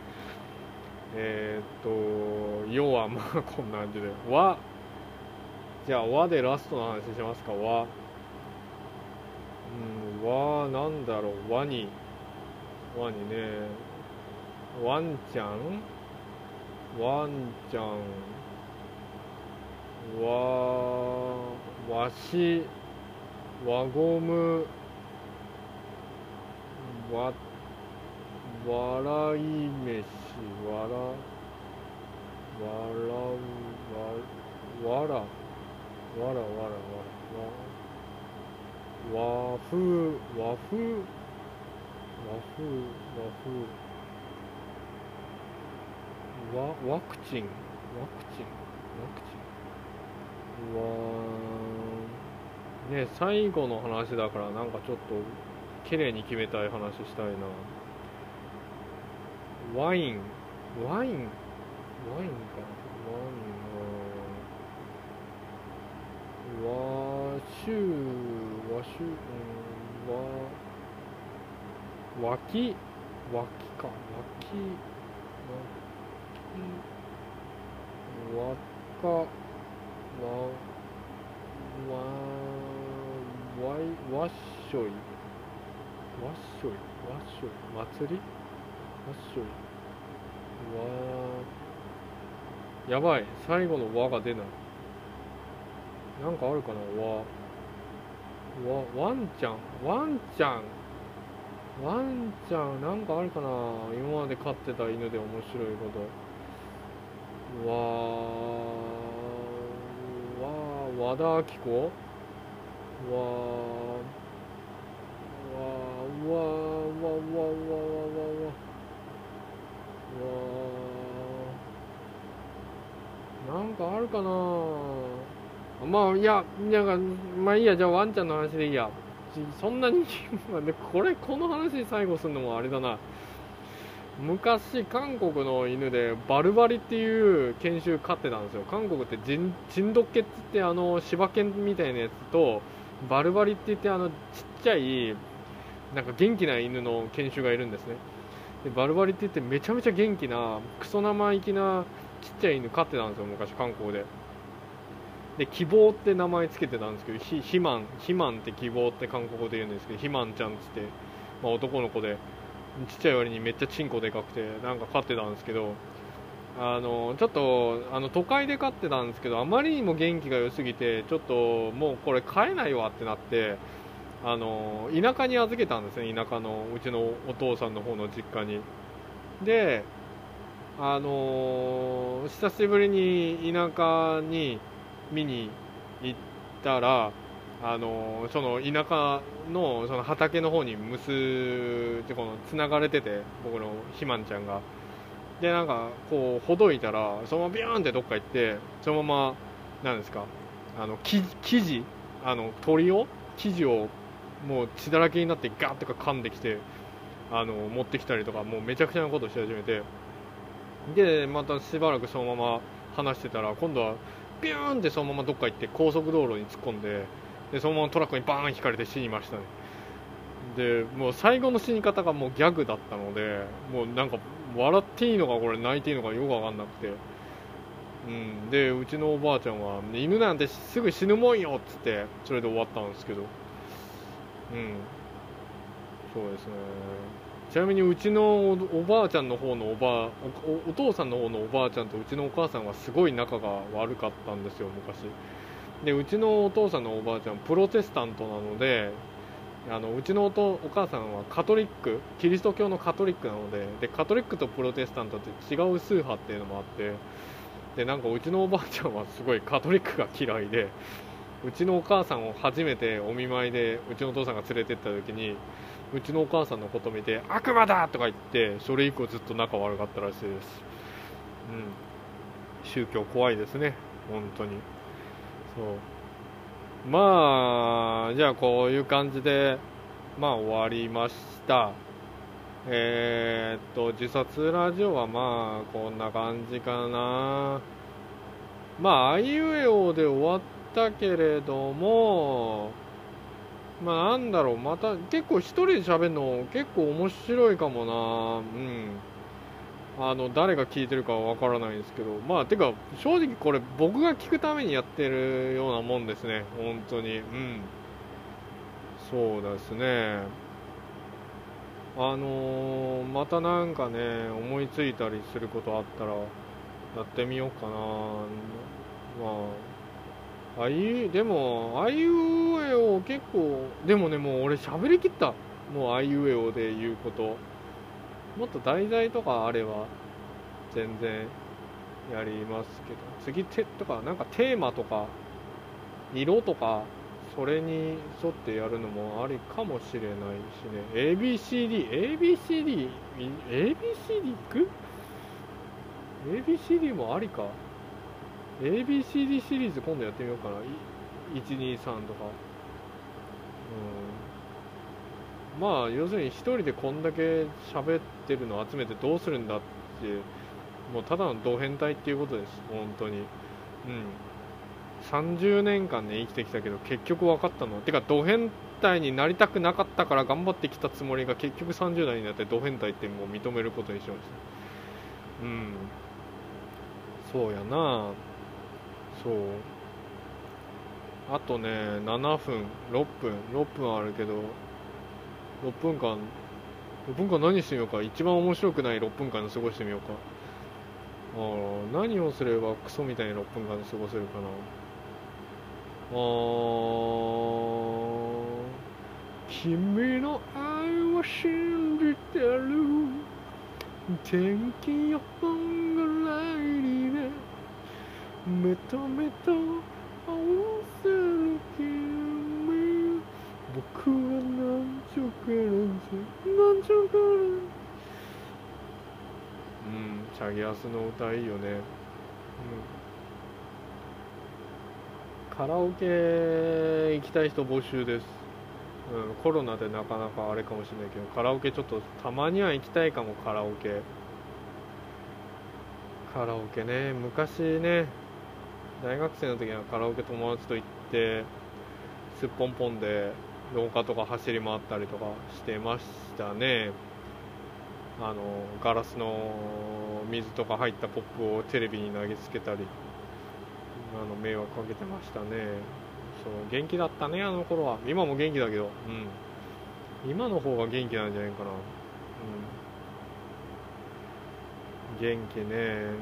で。要はまあこんな感じでじゃあ和でラストの話しますか。なんだろう。和にね、ワンちゃんわし輪ゴム笑い飯わら和風ワクチンね、最後の話だからなんかちょっと綺麗に決めたい話したいな。ワインかな。ワイン和酒脇かわかわっしょい祭りわっしょいやばい、最後の和が出ない。なんかあるかな。ワンちゃんなんかあるかな。今まで飼ってた犬で面白いこと。和田アキ子なんかあるかな。まあいやまあいいや。じゃあワンちゃんの話でいいや。そんなにこの話最後するのもあれだな。昔韓国の犬でバルバリっていう犬種飼ってたんですよ。韓国ってチンドッケって言って柴犬みたいなやつとバルバリって言ってちっちゃいなんか元気な犬の犬種がいるんですね。 でバルバリって言ってめちゃめちゃ元気なクソ生意気なちっちゃい犬飼ってたんですよ、昔観光で。で希望って名前つけてたんですけど、ヒマンって希望って韓国語で言うんですけど、ヒマンちゃんっつって、まあ、男の子でちっちゃい割にめっちゃチンコでかくてなんか飼ってたんですけど、ちょっと都会で飼ってたんですけど、あまりにも元気が良すぎてちょっともうこれ飼えないわってなって、田舎に預けたんですね、田舎のうちのお父さんの方の実家に。で久しぶりに田舎に見に行ったら、その田舎のその畑の方につながれてて、僕のひまんちゃんが。でなんかこうほどいたらそのままビューンってどっか行って、そのままなんですか、生地生地をもう血だらけになってガーッとか噛んできて持ってきたりとか、もうめちゃくちゃなことし始めて、でまたしばらくそのまま話してたら、今度はビューンってそのままどっか行って高速道路に突っ込んで、そのままトラックにバーン引かれて死にましたね。でもう最後の死に方がもうギャグだったので、もうなんか笑っていいのかこれ泣いていいのかよく分かんなくて、でうちのおばあちゃんは犬なんてすぐ死ぬもんよっつって、それで終わったんですけど、そうですね。ちなみにうちのおばあちゃんの方のお父さんの方のおばあちゃんとうちのお母さんはすごい仲が悪かったんですよ、昔。でうちのお父さんのおばあちゃんプロテスタントなので、うちのお母さんはカトリック、キリスト教のカトリックなので、カトリックとプロテスタントって違う宗派っていうのもあって、でなんかうちのおばあちゃんはすごいカトリックが嫌いで、うちのお母さんを初めてお見舞いでうちのお父さんが連れてった時に、うちのお母さんのこと見て悪魔だとか言って、それ以降ずっと仲悪かったらしいです。宗教怖いですね、本当に。そうまあじゃあこういう感じでまあ終わりました。自殺ラジオはまあこんな感じかな。まああいうえおで終わったけれども、まあなんだろう、また結構一人で喋るの結構面白いかもな。誰が聞いてるかはわからないんですけど、まあてか正直これ僕が聞くためにやってるようなもんですね、本当に。そうですね。またなんかね思いついたりすることあったらやってみようかな。まあでもあいうえお結構、でもねもう俺喋りきった。もうあいうえおで言うこと、もっと題材とかあれば全然やりますけど、次とかなんかテーマとか色とかそれに沿ってやるのもありかもしれないしね。ABCD いく？ ABCD もありか。 ABCD シリーズ今度やってみようかな。123とか。まあ要するに一人でこんだけ喋ってるのを集めてどうするんだって、もうただのド変態っていうことです、本当に。30年間ね生きてきたけど結局分かったのてか、ド変態になりたくなかったから頑張ってきたつもりが、結局30代になってド変態ってもう認めることにしました。そうやな。そうあとね7分6分あるけど、6分間何してみようか。一番面白くない6分間で過ごしてみようか。何をすればクソみたいに6分間で過ごせるかな。君の愛を信じてる、天気予報が来にね、目と目と合わせる君、僕はなんちょかなんちょかチャゲアスの歌いいよね。カラオケ行きたい人募集です。コロナでなかなかあれかもしれないけど、カラオケちょっとたまには行きたいかも。カラオケね、昔ね大学生の時はカラオケ友達と行ってすっぽんぽんで廊下とか走り回ったりとかしてましたね。 ガラスの水とか入ったコップをテレビに投げつけたり迷惑かけてましたね。そう元気だったねあの頃は。今も元気だけど、今の方が元気なんじゃないかな。元気ね。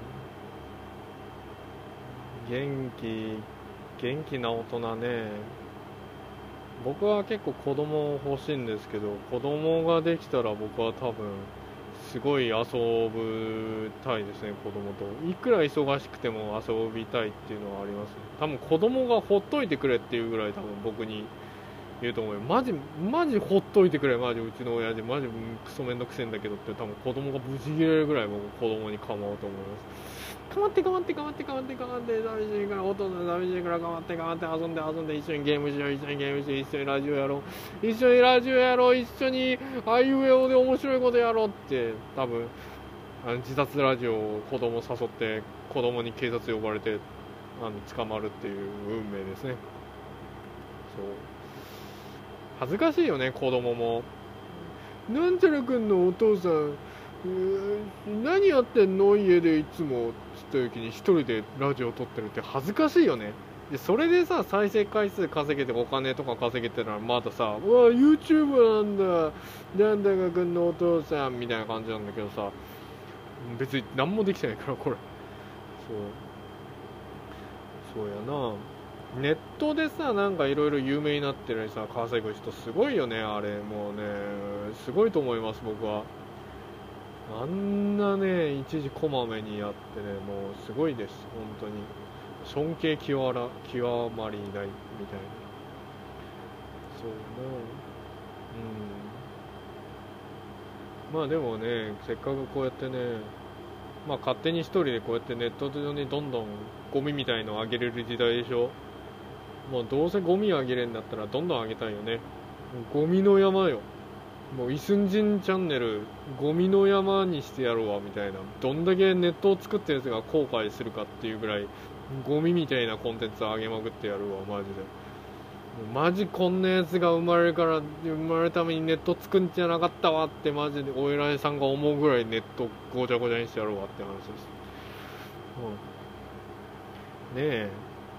元気な大人ね。僕は結構子供欲しいんですけど、子供ができたら僕は多分すごい遊ぶたいですね。子供といくら忙しくても遊びたいっていうのはありますね。多分子供がほっといてくれっていうぐらい多分僕に言うと思うよ。マジほっといてくれ。マジうちの親父マジクソめんどくせえんだけどって多分子供がブチ切れるぐらい僕子供に構おうと思います。かまって寂しいからお父さん寂しいからかまって遊んで一緒にゲームしよう、一緒にラジオやろう、一緒にあいうえおで面白いことやろうって多分自殺ラジオを子供誘って子供に警察呼ばれて捕まるっていう運命ですね。そう恥ずかしいよね子供も。なんちゃらくんのお父さん何やってんの家でいつもつった時に一人でラジオ撮ってるって恥ずかしいよね。でそれでさ再生回数稼げてお金とか稼げてたらまださうわ YouTube なんだかくんのお父さんみたいな感じなんだけどさ、別に何もできてないからこれ。そうやな。ネットでさなんかいろいろ有名になってるさ稼ぐ人すごいよね。あれもうねすごいと思います僕は。あんなね一時こまめにやってねもうすごいです本当に。尊敬極まりないみたいな。そうね。まあでもねせっかくこうやってね勝手に一人でこうやってネット上にどんどんゴミみたいのをあげれる時代でしょ。もうどうせゴミあげれんだったらどんどんあげたいよね。ゴミの山よ。もうイスンジンチャンネルゴミの山にしてやろうわみたいな。どんだけネットを作ったやつが後悔するかっていうぐらいゴミみたいなコンテンツを上げまくってやるわマジで。マジこんなやつが生まれるためにネットつくんじゃなかったわってマジでお偉いさんが思うぐらいネットごちゃごちゃにしてやろうわって話です。ねえ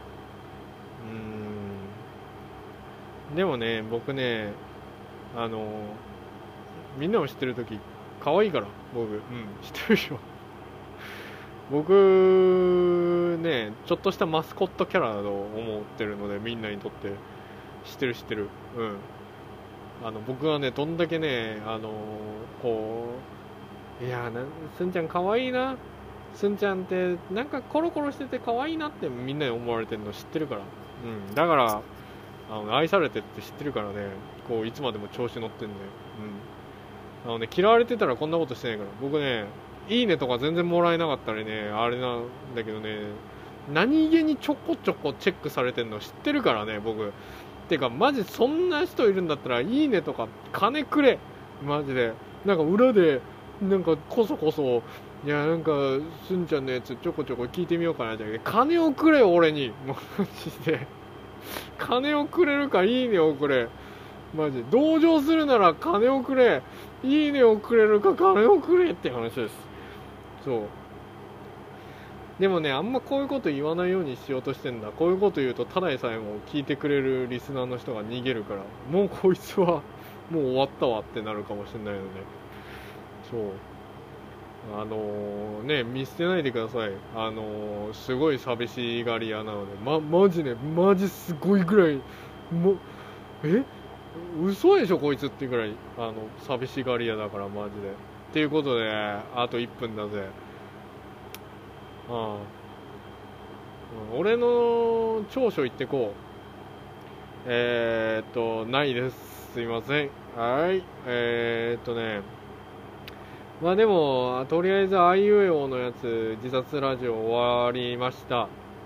でもね僕ねみんなも知ってる時可愛いから僕知ってるでしょ僕ねちょっとしたマスコットキャラだと思ってるのでみんなにとって知ってる僕はねどんだけねこういやすんちゃん可愛いな、すんちゃんってなんかコロコロしてて可愛いなってみんなに思われてるの知ってるから。だから愛されてって知ってるからねこういつまでも調子乗ってんだよ。嫌われてたらこんなことしてないから。僕ねいいねとか全然もらえなかったりねあれなんだけどね、何気にちょこちょこチェックされてんの知ってるからね僕。てかマジそんな人いるんだったらいいねとか金くれマジで。なんか裏でなんかこそいやなんかすんちゃんのやつちょこちょこ聞いてみようかなじゃなくて金をくれよ俺にマジで金をくれるかいいねをくれマジ同情するなら金をくれ、いいねをくれるか金をくれって話です。そうでもねあんまこういうこと言わないようにしようとしてんだ。こういうこと言うとただでさえも聞いてくれるリスナーの人が逃げるからもうこいつはもう終わったわってなるかもしれないので、そう見捨てないでください。すごい寂しがり屋なのでマジすごいぐらい嘘でしょこいつっていうぐらい寂しがり屋だからマジで。っていうことであと1分だぜ。俺の長所言ってこう。ないです。すいません。はい。でも、とりあえず、あいうえおのやつ、自殺ラジオ終わりました。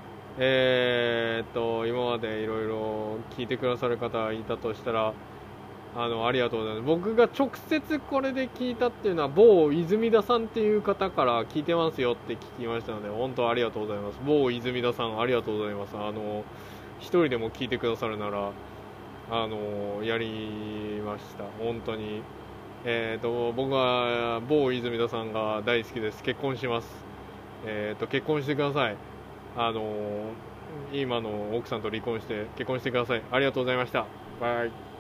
今までいろいろ聞いてくださる方いたとしたら、ありがとうございます。僕が直接これで聞いたっていうのは、某泉田さんっていう方から聞いてますよって聞きましたので、本当ありがとうございます。某泉田さん、ありがとうございます。一人でも聞いてくださるなら、やりました。本当に。 僕は某泉田さんが大好きです。結婚します。結婚してください。今の奥さんと離婚して結婚してください。ありがとうございました。バイ。